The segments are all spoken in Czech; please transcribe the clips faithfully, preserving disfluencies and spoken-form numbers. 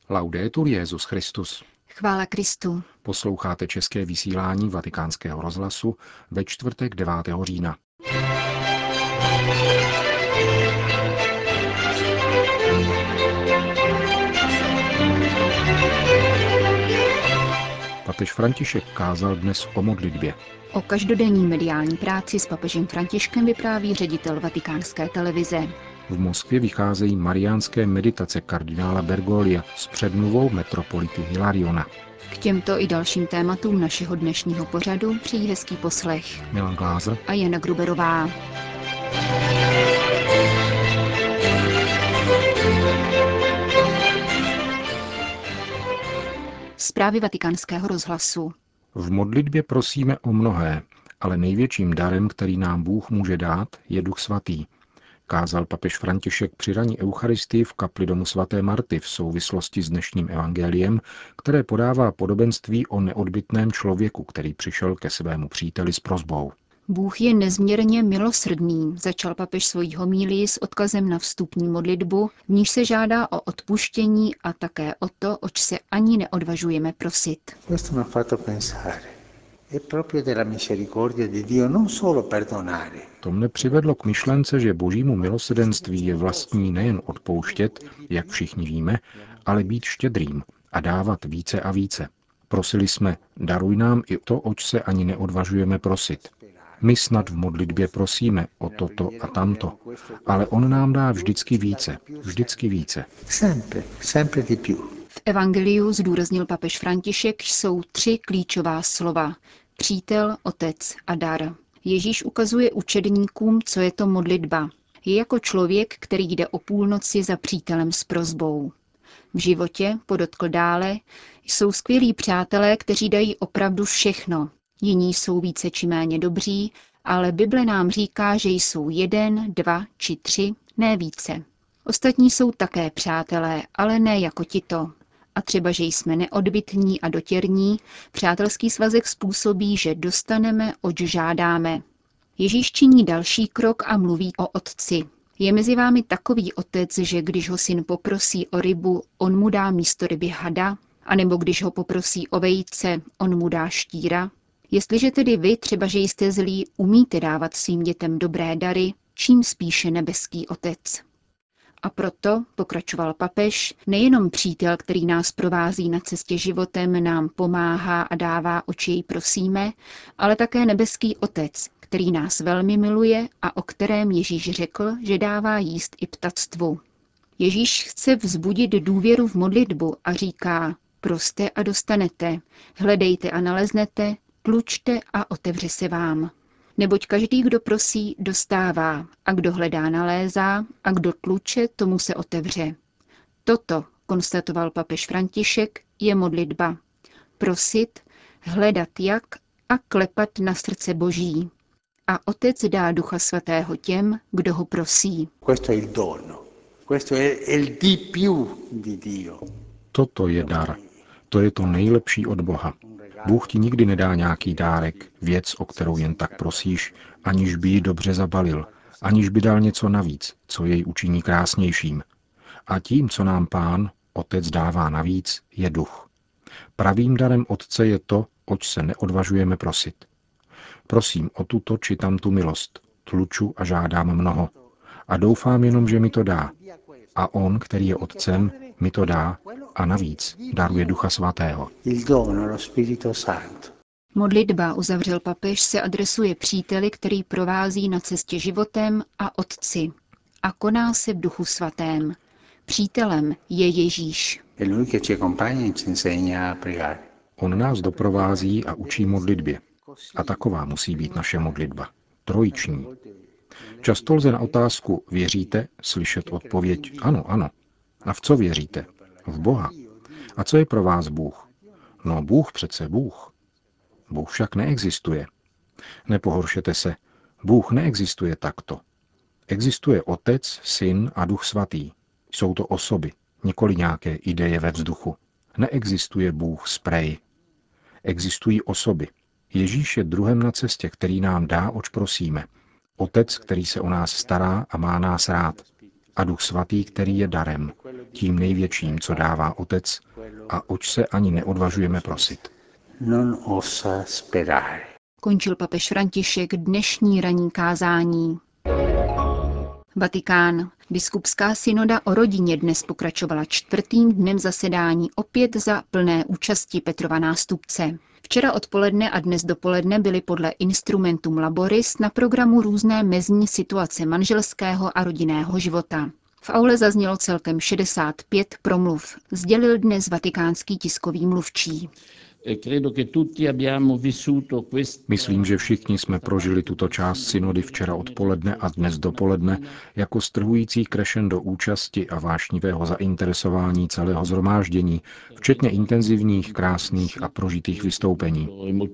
Laudetur Jesus Christus. Chvála Kristu. Posloucháte české vysílání Vatikánského rozhlasu ve čtvrtek devátého října. Papež František kázal dnes o modlitbě. O každodenní mediální práci s papežem Františkem vypráví ředitel Vatikánské televize. V Moskvě vycházejí mariánské meditace kardinála Bergoglio s předmluvou metropolity Hilariona. K těmto i dalším tématům našeho dnešního pořadu přejí hezký poslech Milan Glázer a Jana Gruberová. Zprávy Vatikánského rozhlasu. V modlitbě prosíme o mnohé, ale největším darem, který nám Bůh může dát, je Duch Svatý, kázal papež František při ranní eucharistii v kapli domu svaté Marty v souvislosti s dnešním evangeliem, které podává podobenství o neodbytném člověku, který přišel ke svému příteli s prosbou. Bůh je nezměrně milosrdný, začal papež svojí homílii s odkazem na vstupní modlitbu, v níž se žádá o odpuštění a také o to, oč se ani neodvažujeme prosit. To mne přivedlo k myšlence, že božímu milosrdenství je vlastní nejen odpouštět, jak všichni víme, ale být štědrým a dávat více a více. Prosili jsme, daruj nám i to, oč se ani neodvažujeme prosit. My snad v modlitbě prosíme o toto a tamto, ale on nám dá vždycky více, vždycky více. V evangeliu, zdůraznil papež František, jsou tři klíčová slova. Přítel, otec a dar. Ježíš ukazuje učedníkům, co je to modlitba. Je jako člověk, který jde o půlnoci za přítelem s prosbou. V životě, podotkl dále, jsou skvělí přátelé, kteří dají opravdu všechno. Jiní jsou více či méně dobří, ale Bible nám říká, že jsou jeden, dva či tři, ne více. Ostatní jsou také přátelé, ale ne jako tito. A třeba, že jsme neodbytní a dotěrní, přátelský svazek způsobí, že dostaneme, oč žádáme. Ježíš činí další krok a mluví o otci. Je mezi vámi takový otec, že když ho syn poprosí o rybu, on mu dá místo ryby hada, anebo když ho poprosí o vejce, on mu dá štíra? Jestliže tedy vy, třeba že jste zlí, umíte dávat svým dětem dobré dary, čím spíše nebeský otec. A proto, pokračoval papež, nejenom přítel, který nás provází na cestě životem, nám pomáhá a dává, oč jej prosíme, ale také nebeský otec, který nás velmi miluje a o kterém Ježíš řekl, že dává jíst i ptactvu. Ježíš chce vzbudit důvěru v modlitbu a říká, proste a dostanete, hledejte a naleznete, tlučte a otevře se vám. Neboť každý, kdo prosí, dostává, a kdo hledá, nalézá, a kdo tluče, tomu se otevře. Toto, konstatoval papež František, je modlitba. Prosit, hledat jak a klepat na srdce Boží. A Otec dá Ducha Svatého těm, kdo ho prosí. Toto je dar. To je to nejlepší od Boha. Bůh ti nikdy nedá nějaký dárek, věc, o kterou jen tak prosíš, aniž by ji dobře zabalil, aniž by dal něco navíc, co jej učiní krásnějším. A tím, co nám Pán, Otec dává navíc, je duch. Pravým darem Otce je to, oč se neodvažujeme prosit. Prosím o tuto či tamtu milost, tluču a žádám mnoho. A doufám jenom, že mi to dá. A on, který je Otcem, mi to dá a navíc daruje Ducha Svatého. Modlitba, uzavřel papež, se adresuje příteli, který provází na cestě životem a Otci. A koná se v Duchu Svatém. Přítelem je Ježíš. On nás doprovází a učí modlitbě. A taková musí být naše modlitba. Trojiční. Často lze na otázku věříte slyšet odpověď ano, ano. A v co věříte? V Boha. A co je pro vás Bůh? No Bůh přece Bůh. Bůh však neexistuje. Nepohoršete se. Bůh neexistuje takto. Existuje Otec, Syn a Duch Svatý. Jsou to osoby, nikoli nějaké ideje ve vzduchu. Neexistuje Bůh sprej. Existují osoby. Ježíš je druhem na cestě, který nám dá, oč prosíme. Otec, který se o nás stará a má nás rád. a Duch Svatý, který je darem, tím největším, co dává Otec, a oč se ani neodvažujeme prosit. Končil papež František dnešní ranní kázání. Vatikán. Biskupská synoda o rodině dnes pokračovala čtvrtým dnem zasedání opět za plné účasti Petrova nástupce. Včera odpoledne a dnes dopoledne byly podle Instrumentum Laboris na programu různé mezní situace manželského a rodinného života. V aule zaznělo celkem šedesát pět promluv, sdělil dnes vatikánský tiskový mluvčí. Myslím, že všichni jsme prožili tuto část synody včera odpoledne a dnes dopoledne jako strhující crescendo účasti a vášnivého zainteresování celého shromáždění, včetně intenzivních, krásných a prožitých vystoupení.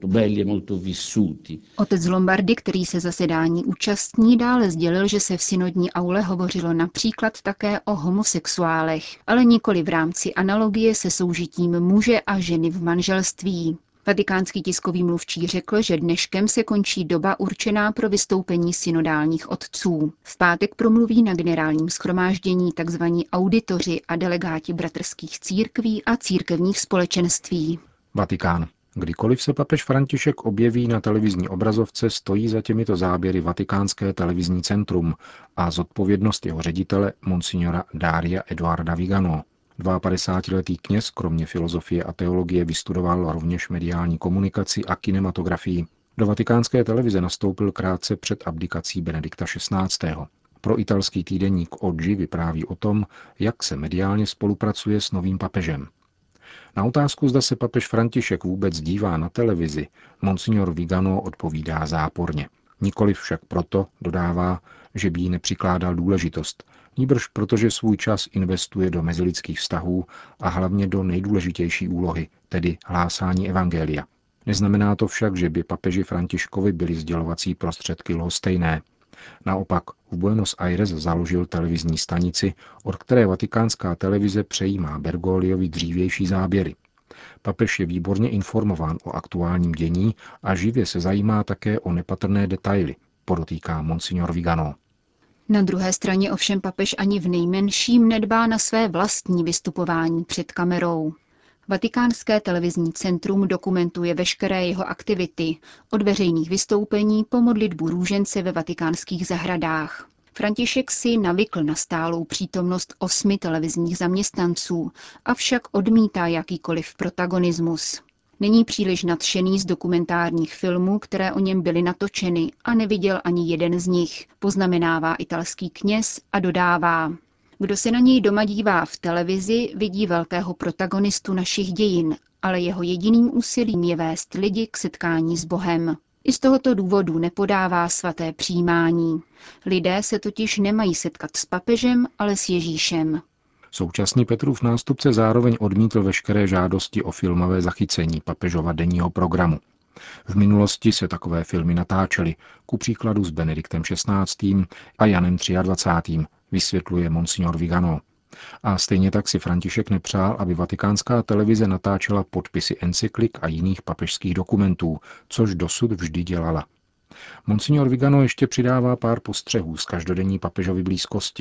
Otec Lombardy, který se zasedání účastní, dále sdělil, že se v synodní aule hovořilo například také o homosexuálech, ale nikoli v rámci analogie se soužitím muže a ženy v manželství. Vatikánský tiskový mluvčí řekl, že dneškem se končí doba určená pro vystoupení synodálních otců. V pátek promluví na generálním shromáždění tzv. Auditoři a delegáti bratrských církví a církevních společenství. Vatikán. Kdykoliv se papež František objeví na televizní obrazovce, stojí za těmito záběry Vatikánské televizní centrum a zodpovědnost jeho ředitele monsignora Daria Eduarda Vigano. padesátidvouletý kněz kromě filozofie a teologie vystudoval rovněž mediální komunikaci a kinematografii. Do vatikánské televize nastoupil krátce před abdikací Benedikta šestnáctého. Pro italský týdeník Oggi vypráví o tom, jak se mediálně spolupracuje s novým papežem. Na otázku, zda se papež František vůbec dívá na televizi, monsignor Vigano odpovídá záporně. Nikoliv však proto, dodává, že by jí nepřikládal důležitost, nýbrž protože svůj čas investuje do mezilidských vztahů a hlavně do nejdůležitější úlohy, tedy hlásání evangelia. Neznamená to však, že by papeži Františkovi byly sdělovací prostředky lhostejné. Naopak v Buenos Aires založil televizní stanici, od které vatikánská televize přejímá Bergogliovi dřívější záběry. Papež je výborně informován o aktuálním dění a živě se zajímá také o nepatrné detaily, podotýká monsignor Vigano. Na druhé straně ovšem papež ani v nejmenším nedbá na své vlastní vystupování před kamerou. Vatikánské televizní centrum dokumentuje veškeré jeho aktivity, od veřejných vystoupení po modlitbu růžence ve vatikánských zahradách. František si navykl na stálou přítomnost osmi televizních zaměstnanců, avšak odmítá jakýkoliv protagonismus. Není příliš nadšený z dokumentárních filmů, které o něm byly natočeny, a neviděl ani jeden z nich, poznamenává italský kněz a dodává: Kdo se na něj doma dívá v televizi, vidí velkého protagonistu našich dějin, ale jeho jediným úsilím je vést lidi k setkání s Bohem. I z tohoto důvodu nepodává svaté přijímání. Lidé se totiž nemají setkat s papežem, ale s Ježíšem. Současný Petrův nástupce zároveň odmítl veškeré žádosti o filmové zachycení papežova denního programu. V minulosti se takové filmy natáčely, ku příkladu s Benediktem šestnáctým a Janem dvacátým třetím, vysvětluje monsignor Vigano. A stejně tak si František nepřál, aby vatikánská televize natáčela podpisy encyklik a jiných papežských dokumentů, což dosud vždy dělala. Monsignor Vigano ještě přidává pár postřehů z každodenní papežovy blízkosti.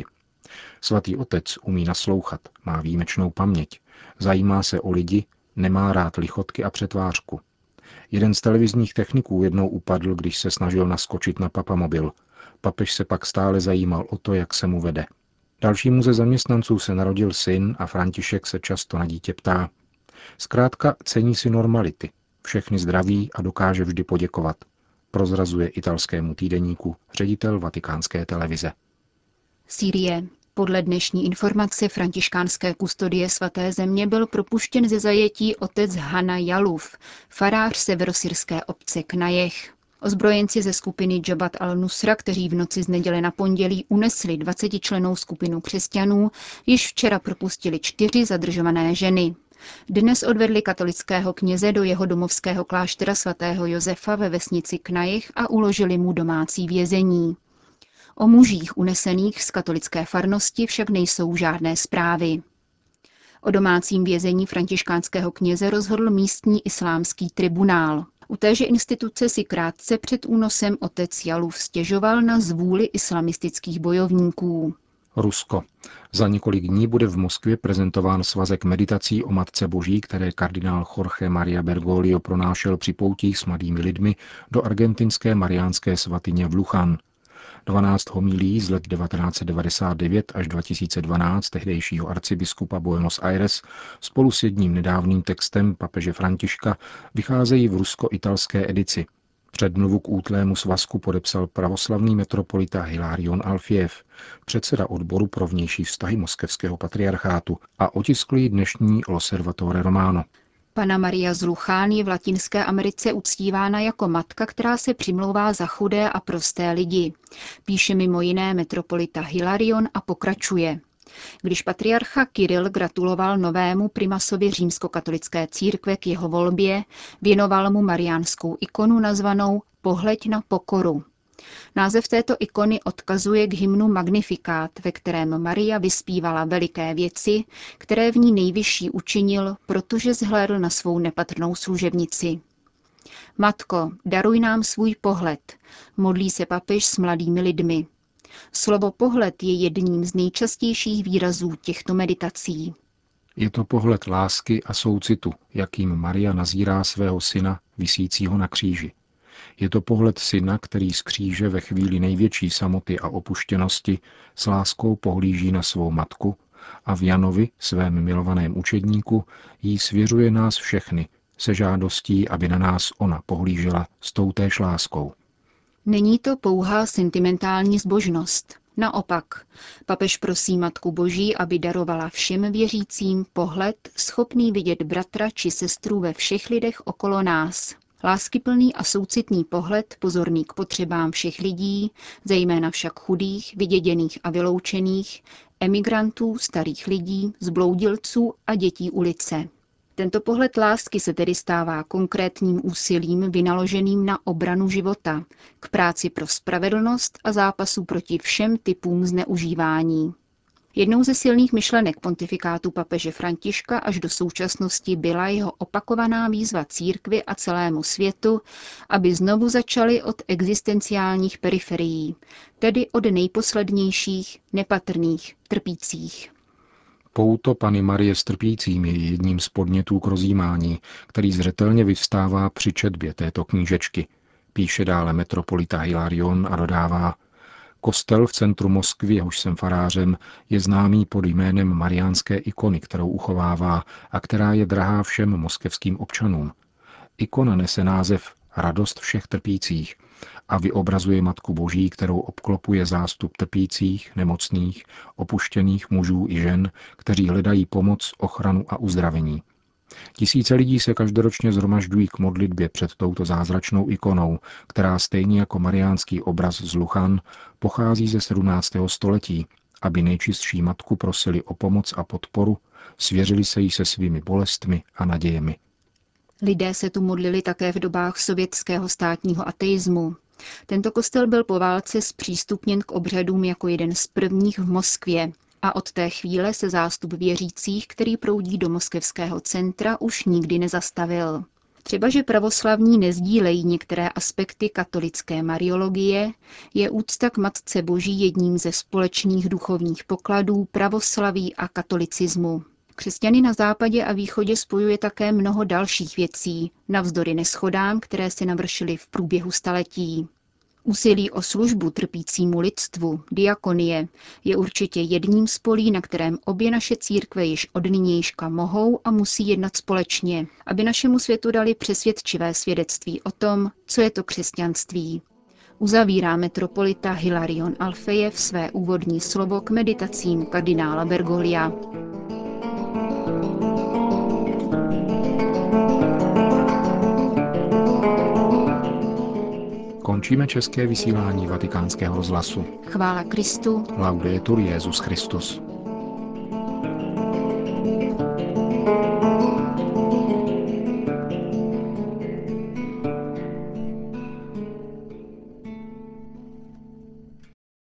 Svatý otec umí naslouchat, má výjimečnou paměť, zajímá se o lidi, nemá rád lichotky a přetvářku. Jeden z televizních techniků jednou upadl, když se snažil naskočit na papamobil. Papež se pak stále zajímal o to, jak se mu vede. Dalšímu ze zaměstnanců se narodil syn a František se často na dítě ptá. Zkrátka cení si normality, všechny zdraví a dokáže vždy poděkovat, prozrazuje italskému týdeníku ředitel vatikánské televize. Sýrie. Podle dnešní informace františkánské kustodie svaté země byl propuštěn ze zajetí otec Hana Jaluf, farář severosyrské obce Knajech. Ozbrojenci ze skupiny Jabhat al-Nusra, kteří v noci z neděle na pondělí unesli dvacetičlennou skupinu křesťanů, již včera propustili čtyři zadržované ženy. Dnes odvedli katolického kněze do jeho domovského kláštera svatého Josefa ve vesnici Knajech a uložili mu domácí vězení. O mužích unesených z katolické farnosti však nejsou žádné zprávy. O domácím vězení františkánského kněze rozhodl místní islámský tribunál. U téže instituce si krátce před únosem otec Jaluf stěžoval na zvůli islamistických bojovníků. Rusko. Za několik dní bude v Moskvě prezentován svazek meditací o Matce Boží, které kardinál Jorge Maria Bergoglio pronášel při poutích s mladými lidmi do argentinské mariánské svatyně v Luján. dvanáct homilí z let devatenáct set devadesát devět až dva tisíce dvanáct tehdejšího arcibiskupa Buenos Aires spolu s jedním nedávným textem papeže Františka vycházejí v rusko-italské edici. Předmluvu k útlému svazku podepsal pravoslavný metropolita Hilarion Alfiev, předseda odboru pro vnější vztahy moskevského patriarchátu, a otiskl ji dnešní L'Osservatore Romano. Panna Maria z Luján je v Latinské Americe uctívána jako matka, která se přimlouvá za chudé a prosté lidi. Píše mimo jiné metropolita Hilarion a pokračuje. Když patriarcha Kiril gratuloval novému primasovi římskokatolické církve k jeho volbě, věnoval mu mariánskou ikonu nazvanou Pohleď na pokoru. Název této ikony odkazuje k hymnu Magnifikát, ve kterém Maria vyspívala veliké věci, které v ní nejvyšší učinil, protože zhlédl na svou nepatrnou služebnici. Matko, daruj nám svůj pohled, modlí se papež s mladými lidmi. Slovo pohled je jedním z nejčastějších výrazů těchto meditací. Je to pohled lásky a soucitu, jakým Maria nazírá svého syna visícího na kříži. Je to pohled syna, který z kříže ve chvíli největší samoty a opuštěnosti s láskou pohlíží na svou matku a v Janovi, svém milovaném učedníku, jí svěřuje nás všechny, se žádostí, aby na nás ona pohlížela s toutéž láskou. Není to pouhá sentimentální zbožnost. Naopak, papež prosí Matku Boží, aby darovala všem věřícím pohled, schopný vidět bratra či sestru ve všech lidech okolo nás. Láskyplný a soucitný pohled, pozorný k potřebám všech lidí, zejména však chudých, vyděděných a vyloučených, emigrantů, starých lidí, zbloudilců a dětí ulice. Tento pohled lásky se tedy stává konkrétním úsilím vynaloženým na obranu života, k práci pro spravedlnost a zápasu proti všem typům zneužívání. Jednou ze silných myšlenek pontifikátu papeže Františka až do současnosti byla jeho opakovaná výzva církvi a celému světu, aby znovu začali od existenciálních periferií, tedy od nejposlednějších, nepatrných, trpících. Pouto Panny Marie s trpícími je jedním z podnětů k rozjímání, který zřetelně vyvstává při četbě této knížečky, píše dále metropolita Hilarion a dodává: Kostel v centru Moskvy, jehož jsem farářem, je známý pod jménem mariánské ikony, kterou uchovává a která je drahá všem moskevským občanům. Ikona nese název Radost všech trpících a vyobrazuje Matku Boží, kterou obklopuje zástup trpících, nemocných, opuštěných mužů i žen, kteří hledají pomoc, ochranu a uzdravení. Tisíce lidí se každoročně shromažďují k modlitbě před touto zázračnou ikonou, která stejně jako mariánský obraz z Luján pochází ze sedmnáctého století, aby nejčistší matku prosili o pomoc a podporu, svěřili se jí se svými bolestmi a nadějemi. Lidé se tu modlili také v dobách sovětského státního ateismu. Tento kostel byl po válce zpřístupněn k obřadům jako jeden z prvních v Moskvě a od té chvíle se zástup věřících, který proudí do moskevského centra, už nikdy nezastavil. Třeba že pravoslavní nezdílejí některé aspekty katolické mariologie, je úcta k Matce Boží jedním ze společných duchovních pokladů pravoslaví a katolicismu. Křesťany na západě a východě spojuje také mnoho dalších věcí, navzdory neshodám, které se navršily v průběhu staletí. Úsilí o službu trpícímu lidstvu, diakonie, je určitě jedním z polí, na kterém obě naše církve již od nynějška mohou a musí jednat společně, aby našemu světu dali přesvědčivé svědectví o tom, co je to křesťanství. Uzavírá metropolita Hilarion Alfejev své úvodní slovo k meditacím kardinála Bergoglia. Končíme české vysílání Vatikánského rozhlasu. Chvála Kristu. Laudetur Jesus Christus.